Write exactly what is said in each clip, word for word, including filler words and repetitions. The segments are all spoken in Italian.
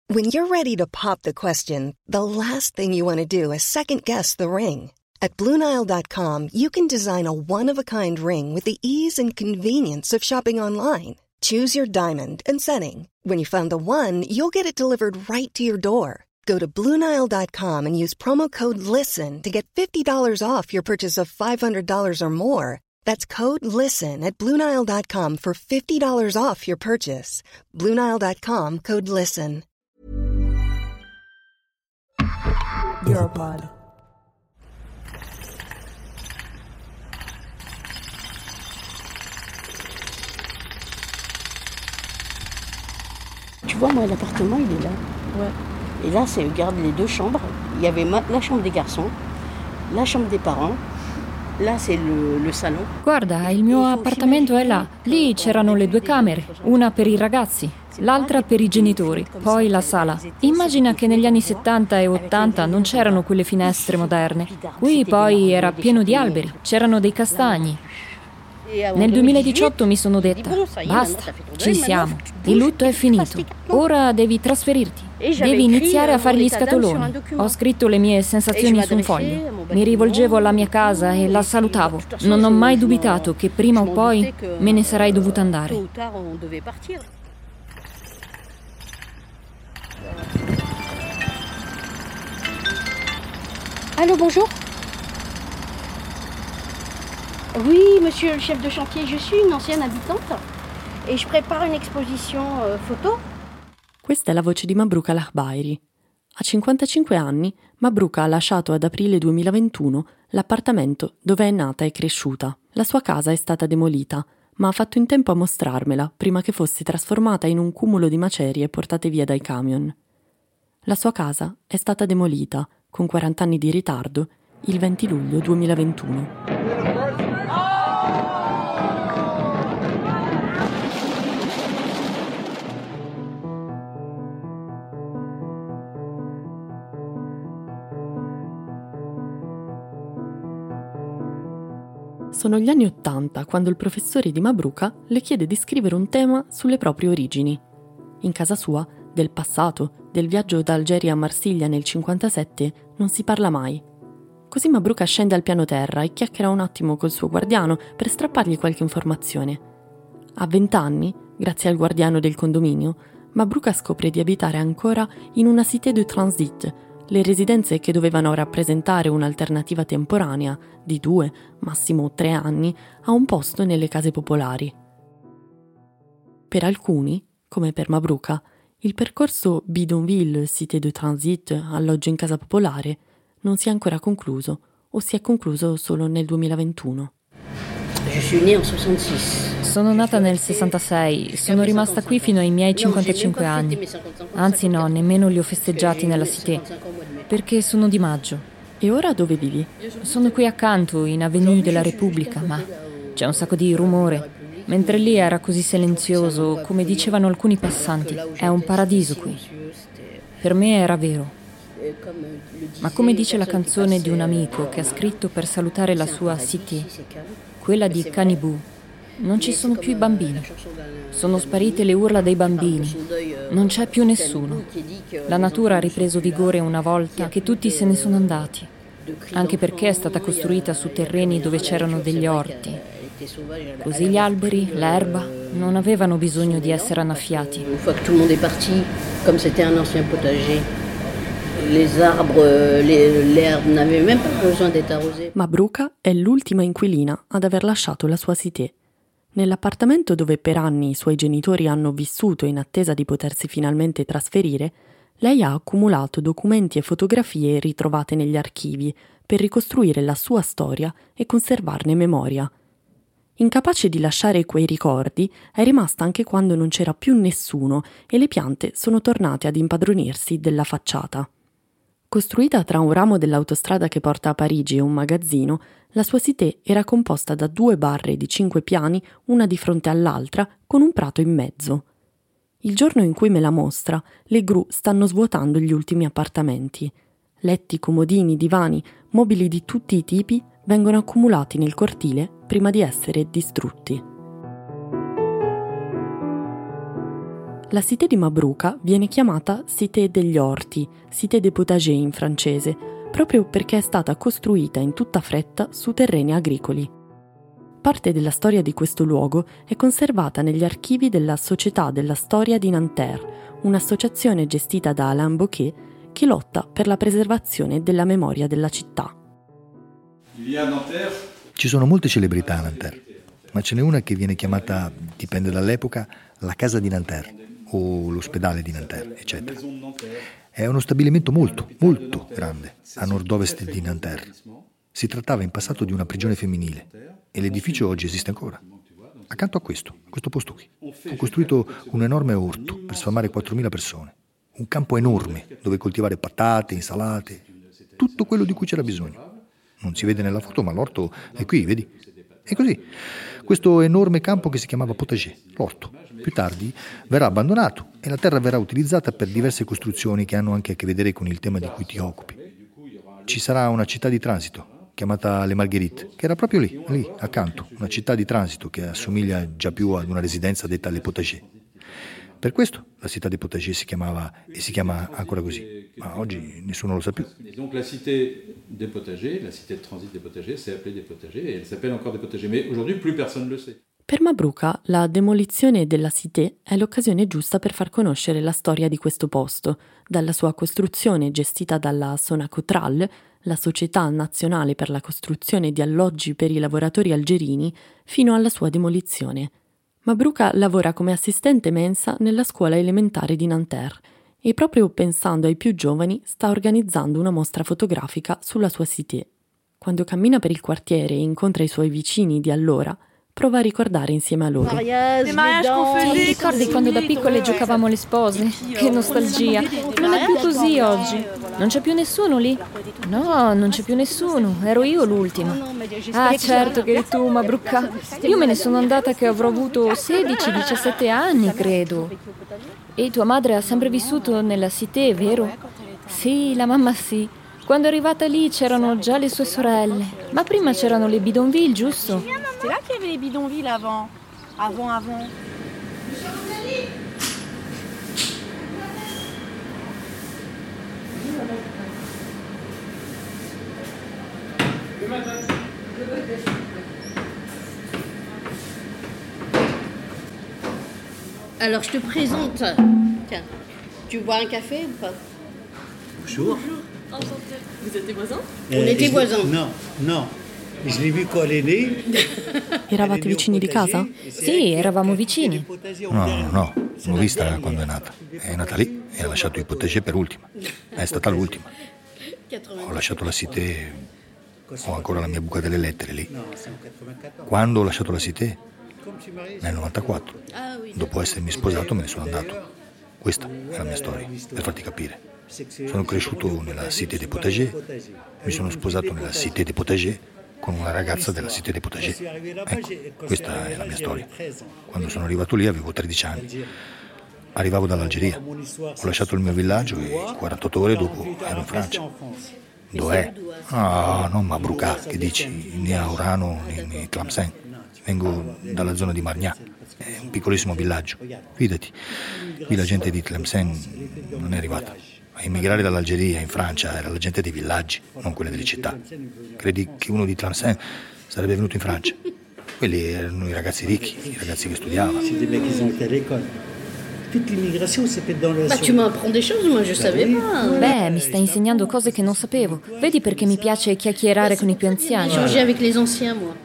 When you're ready to pop the question, the last thing you want to do is second-guess the ring. At Blue Nile dot com, you can design a one-of-a-kind ring with the ease and convenience of shopping online. Choose your diamond and setting. When you find the one, you'll get it delivered right to your door. Go to Blue Nile dot com and use promo code LISTEN to get fifty dollars off your purchase of five hundred dollars or more. That's code LISTEN at Blue Nile dot com for fifty dollars off your purchase. Blue Nile dot com, code LISTEN. Europod. Tu vois, moi, l'appartement, il est là. Ouais. Et là, c'est, regarde, les deux chambres. Il y avait ma- la chambre des garçons, la chambre des parents. Là, c'est le, le salon. Guarda, il mio appartamento è là. Lì c'erano le due camere, una per i ragazzi, l'altra per i genitori, poi la sala. Immagina che negli anni settanta e ottanta non c'erano quelle finestre moderne. Qui poi era pieno di alberi, c'erano dei castagni. Nel duemiladiciotto mi sono detta, basta, ci siamo, il lutto è finito, ora devi trasferirti, devi iniziare a fare gli scatoloni. Ho scritto le mie sensazioni su un foglio, mi rivolgevo alla mia casa e la salutavo. Non ho mai dubitato che prima o poi me ne sarei dovuta andare. Allô, bonjour. Oui, monsieur le chef de chantier, je suis une ancienne habitante et je prépare une exposition euh, photo. Questa è la voce di Mabrouka Lahbairi. A cinquantacinque anni, Mabrouka ha lasciato ad aprile duemilaventuno l'appartamento dove è nata e cresciuta. La sua casa è stata demolita, ma ha fatto in tempo a mostrarmela prima che fosse trasformata in un cumulo di macerie portate via dai camion. La sua casa è stata demolita, con quaranta anni di ritardo, il venti luglio duemilaventuno. Sono gli anni Ottanta quando il professore di Mabrouka le chiede di scrivere un tema sulle proprie origini. In casa sua, del passato, del viaggio da Algeri a Marsiglia nel cinquantasette, non si parla mai. Così Mabrouka scende al piano terra e chiacchiera un attimo col suo guardiano per strappargli qualche informazione. A vent'anni, grazie al guardiano del condominio, Mabrouka scopre di abitare ancora in una cité de transit, le residenze che dovevano rappresentare un'alternativa temporanea di due, massimo tre anni, a un posto nelle case popolari. Per alcuni, come per Mabrouka, il percorso bidonville cité de transit alloggio in casa popolare non si è ancora concluso o si è concluso solo nel duemilaventuno. Je suis née en soixante-six. Sono nata nel sessantasei, sono rimasta qui fino ai miei cinquantacinque anni. Anzi no, nemmeno li ho festeggiati nella cité, perché sono di maggio. E ora dove vivi? Sono qui accanto, in Avenue della Repubblica, ma c'è un sacco di rumore. Mentre lì era così silenzioso, come dicevano alcuni passanti, è un paradiso qui. Per me era vero. Ma come dice la canzone di un amico che ha scritto per salutare la sua cité, quella di Canibou, non ci sono più i bambini. Sono sparite le urla dei bambini. Non c'è più nessuno. La natura ha ripreso vigore una volta che tutti se ne sono andati, anche perché è stata costruita su terreni dove c'erano degli orti. Così gli alberi, l'erba, non avevano bisogno di essere annaffiati. Une fois que tout le monde est parti, comme c'était un ancien potager, les arbres, les, l'herbe n'avait même pas besoin d'être arrosée. Mabrouka è l'ultima inquilina ad aver lasciato la sua cité. Nell'appartamento dove per anni i suoi genitori hanno vissuto in attesa di potersi finalmente trasferire, lei ha accumulato documenti e fotografie ritrovate negli archivi per ricostruire la sua storia e conservarne memoria. Incapace di lasciare quei ricordi, è rimasta anche quando non c'era più nessuno e le piante sono tornate ad impadronirsi della facciata. Costruita tra un ramo dell'autostrada che porta a Parigi e un magazzino, la sua cité era composta da due barre di cinque piani, una di fronte all'altra, con un prato in mezzo. Il giorno in cui me la mostra, le gru stanno svuotando gli ultimi appartamenti. Letti, comodini, divani, mobili di tutti i tipi vengono accumulati nel cortile prima di essere distrutti. La cité di Mabrouka viene chiamata Cité degli Orti, Cité des Potagers in francese, proprio perché è stata costruita in tutta fretta su terreni agricoli. Parte della storia di questo luogo è conservata negli archivi della Società della Storia di Nanterre, un'associazione gestita da Alain Bocquet che lotta per la preservazione della memoria della città. Ci sono molte celebrità a Nanterre, ma ce n'è una che viene chiamata, dipende dall'epoca, la Casa di Nanterre o l'ospedale di Nanterre, eccetera. È uno stabilimento molto, molto grande a nord-ovest di Nanterre. Si trattava in passato di una prigione femminile e l'edificio oggi esiste ancora. Accanto a questo, a questo posto qui, ho costruito un enorme orto per sfamare quattromila persone. Un campo enorme dove coltivare patate, insalate, tutto quello di cui c'era bisogno. Non si vede nella foto, ma l'orto è qui, vedi? E così, questo enorme campo che si chiamava potager, l'orto, più tardi verrà abbandonato e la terra verrà utilizzata per diverse costruzioni che hanno anche a che vedere con il tema di cui ti occupi. Ci sarà una città di transito chiamata Le Marguerites, che era proprio lì, lì, accanto, una città di transito che assomiglia già più ad una residenza detta Le Potagers. Per questo la città dei Potagers si chiamava e si chiama ancora così, ma oggi nessuno lo sa più. Et donc la cité des Potagers, la cité de transit des Potagers, s'est appelée des Potagers et elle s'appelle encore des Potagers, mais aujourd'hui plus personne ne le sait. Per Mabrouka la demolizione della cité è l'occasione giusta per far conoscere la storia di questo posto, dalla sua costruzione gestita dalla Sonacotral, la Società Nazionale per la Costruzione di Alloggi per i Lavoratori Algerini, fino alla sua demolizione. Mabrouka lavora come assistente mensa nella scuola elementare di Nanterre e proprio pensando ai più giovani sta organizzando una mostra fotografica sulla sua cité. Quando cammina per il quartiere e incontra i suoi vicini di allora, prova a ricordare insieme a loro. Ti ricordi quando da piccole giocavamo alle spose? Che nostalgia! Non è più così oggi. Non c'è più nessuno lì? No, non c'è più nessuno. Ero io l'ultima. Ah, certo che eri tu, Mabrouka. Io me ne sono andata che avrò avuto sedici diciassette anni, credo. E tua madre ha sempre vissuto nella cité, vero? Sì, la mamma sì. Quando è arrivata lì c'erano già le sue sorelle. Ma prima c'erano le bidonville, giusto? C'est là qu'il y avait les bidonvilles avant. Avant, avant. Alors je te présente. Tiens, tu bois un café ou pas? Bonjour. Enchanté. Vous êtes des voisins? On était voisins. Non, non. Je l'ai vu quand elle est née. Eravate vicini di casa? Sì, eravamo vicini. No, no, no, l'ho vista quando è nata. È nata lì e ha lasciato i potager per ultima. È stata l'ultima. Ho lasciato la cité, ho ancora la mia buca delle lettere lì. Quando ho lasciato la cité? Nel novantaquattro. Dopo essermi sposato me ne sono andato. Questa è la mia storia, per farti capire. Sono cresciuto nella cité des Potagers, mi sono sposato nella cité des Potagers con una ragazza della cité des Potagers. Ecco, questa è la mia storia. Quando sono arrivato lì avevo tredici anni. Arrivavo dall'Algeria. Ho lasciato il mio villaggio e quarantotto ore dopo ero in Francia. Dov'è? Ah, non Mabrouka, che dici? Né a Orano né a Tlemcen. Vengo dalla zona di Margnat. È un piccolissimo villaggio. Fidati, qui la gente di Tlemcen non è arrivata. A immigrare dall'Algeria in Francia era la gente dei villaggi, non quella delle città. Credi che uno di Tlemcen sarebbe venuto in Francia? Quelli erano i ragazzi ricchi, i ragazzi che studiavano. C'est des mecs qui sont à l'école. Toute l'immigration s'est faite dans le... Bah tu m'apprends des choses, moi je savais pas. Beh, mi stai insegnando cose che non sapevo. Vedi perché mi piace chiacchierare con i più anziani. Changer avec les anciens, moi.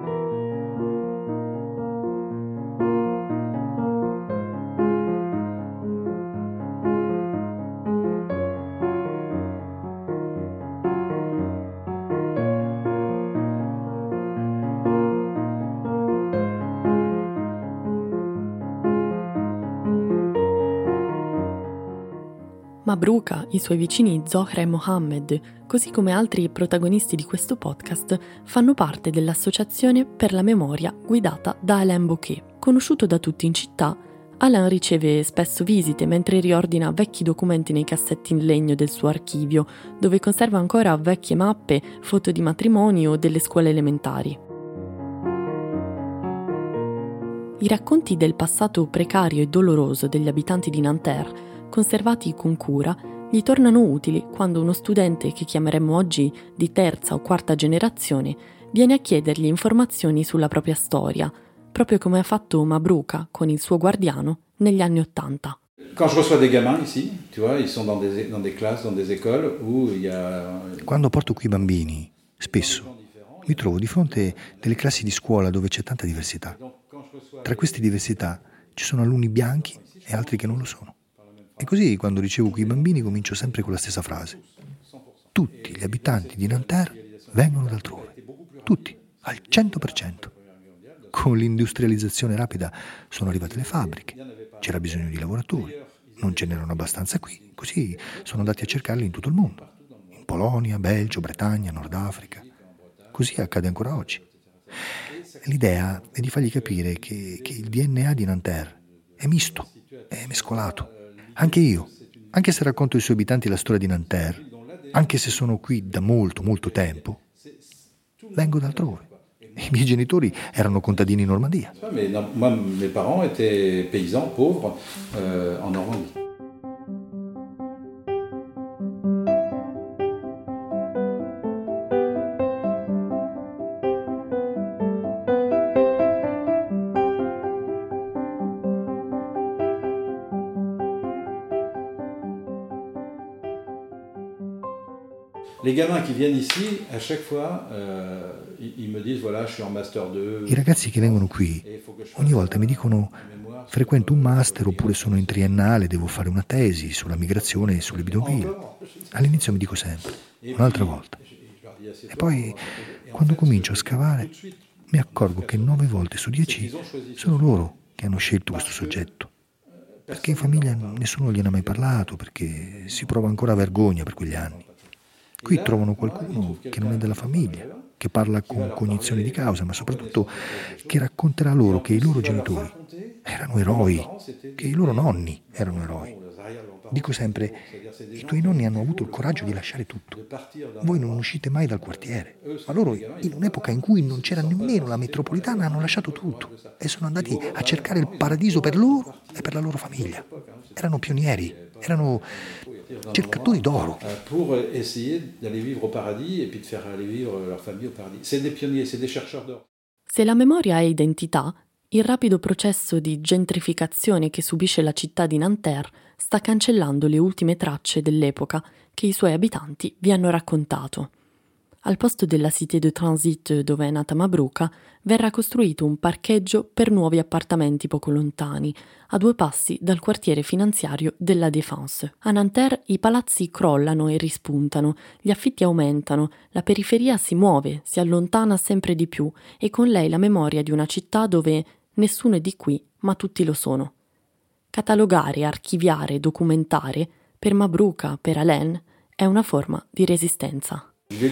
Mabrouka, i suoi vicini Zohra e Mohammed, così come altri protagonisti di questo podcast, fanno parte dell'Associazione per la Memoria guidata da Alain Bocquet. Conosciuto da tutti in città, Alain riceve spesso visite mentre riordina vecchi documenti nei cassetti in legno del suo archivio, dove conserva ancora vecchie mappe, foto di matrimoni o delle scuole elementari. I racconti del passato precario e doloroso degli abitanti di Nanterre, conservati con cura, gli tornano utili quando uno studente che chiameremmo oggi di terza o quarta generazione viene a chiedergli informazioni sulla propria storia, proprio come ha fatto Mabruka con il suo guardiano negli anni Ottanta. Quand je reçois des gamins ici, tu vois, ils sont dans des, dans des classes, dans des écoles où il y a... Quando porto qui i bambini, spesso mi trovo di fronte delle classi di scuola dove c'è tanta diversità. Tra queste diversità ci sono alunni bianchi e altri che non lo sono. E così quando ricevo qui i bambini comincio sempre con la stessa frase. Tutti gli abitanti di Nanterre vengono d'altrove. Tutti, al cento per cento. Con l'industrializzazione rapida sono arrivate le fabbriche, c'era bisogno di lavoratori, non ce n'erano abbastanza qui, così sono andati a cercarli in tutto il mondo, in Polonia, Belgio, Bretagna, Nord Africa. Così accade ancora oggi. L'idea è di fargli capire che, che il D N A di Nanterre è misto, è mescolato. Anche io, anche se racconto ai suoi abitanti la storia di Nanterre, anche se sono qui da molto, molto tempo, vengo da altrove. I miei genitori erano contadini in Normandia. Mais, non, moi, mes parents étaient paysans pauvres euh, en Normandie. Les gamins qui viennent ici, à chaque fois, euh, ils me disent voilà, je suis en master due. I ragazzi che vengono qui ogni volta mi dicono frequento un master oppure sono in triennale, devo fare una tesi sulla migrazione e sulle bidonville. All'inizio mi dico sempre, un'altra volta. E poi, quando comincio a scavare, mi accorgo che nove volte su dieci sono loro che hanno scelto questo soggetto. Perché in famiglia nessuno gliene ha mai parlato, perché si prova ancora vergogna per quegli anni. Qui trovano qualcuno che non è della famiglia, che parla con cognizione di causa, ma soprattutto che racconterà loro che i loro genitori erano eroi, che i loro nonni erano eroi. Dico sempre, i tuoi nonni hanno avuto il coraggio di lasciare tutto. Voi non uscite mai dal quartiere, ma loro in un'epoca in cui non c'era nemmeno la metropolitana hanno lasciato tutto e sono andati a cercare il paradiso per loro e per la loro famiglia. Erano pionieri, erano cercatori d'oro. Pour essayer d'aller vivre au paradis et puis de faire aller vivre leur famille au paradis. C'est des pionniers, c'est des chercheurs d'or. Se la memoria è identità, il rapido processo di gentrificazione che subisce la città di Nanterre sta cancellando le ultime tracce dell'epoca che i suoi abitanti vi hanno raccontato. Al posto della cité de transit dove è nata Mabruka, verrà costruito un parcheggio per nuovi appartamenti poco lontani, a due passi dal quartiere finanziario della Défense. A Nanterre i palazzi crollano e rispuntano, gli affitti aumentano, la periferia si muove, si allontana sempre di più e con lei la memoria di una città dove nessuno è di qui, ma tutti lo sono. Catalogare, archiviare, documentare, per Mabruka, per Alain, è una forma di resistenza.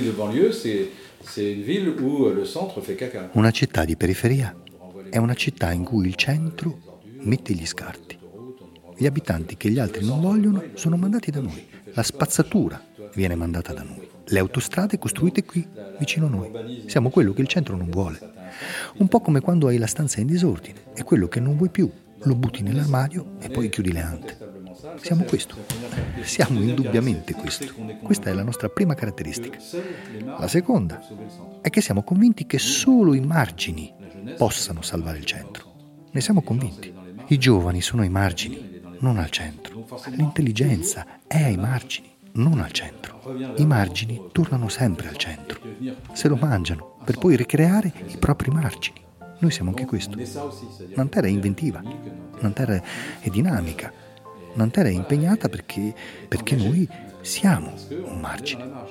Una città di periferia è una città in cui il centro mette gli scarti. Gli abitanti che gli altri non vogliono sono mandati da noi. La spazzatura viene mandata da noi. Le autostrade costruite qui, vicino a noi. Siamo quello che il centro non vuole. Un po' come quando hai la stanza in disordine e quello che non vuoi più lo butti nell'armadio e poi chiudi le ante. Siamo questo. Siamo indubbiamente questo. Questa è la nostra prima caratteristica. La seconda è che siamo convinti che solo i margini possano salvare il centro. Ne siamo convinti. I giovani sono ai margini, non al centro. L'intelligenza è ai margini, non al centro. I margini tornano sempre al centro. Se lo mangiano per poi ricreare i propri margini. Noi siamo anche questo. Nanterre è inventiva. Nanterre è dinamica. Nanterre è impegnata perché, perché noi siamo un margine.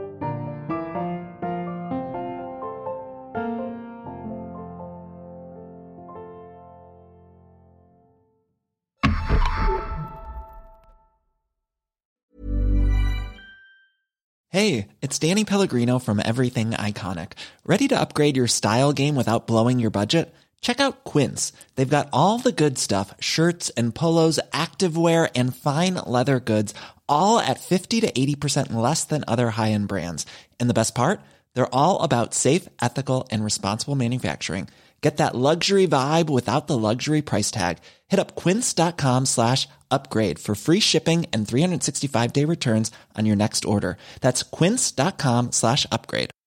Hey, it's Danny Pellegrino from Everything Iconic. Ready to upgrade your style game without blowing your budget? Check out Quince. They've got all the good stuff, shirts and polos, activewear, and fine leather goods, all at fifty to eighty percent less than other high-end brands. And the best part? They're all about safe, ethical, and responsible manufacturing. Get that luxury vibe without the luxury price tag. Hit up quince.com slash upgrade for free shipping and three sixty-five day returns on your next order. That's quince.com slash upgrade.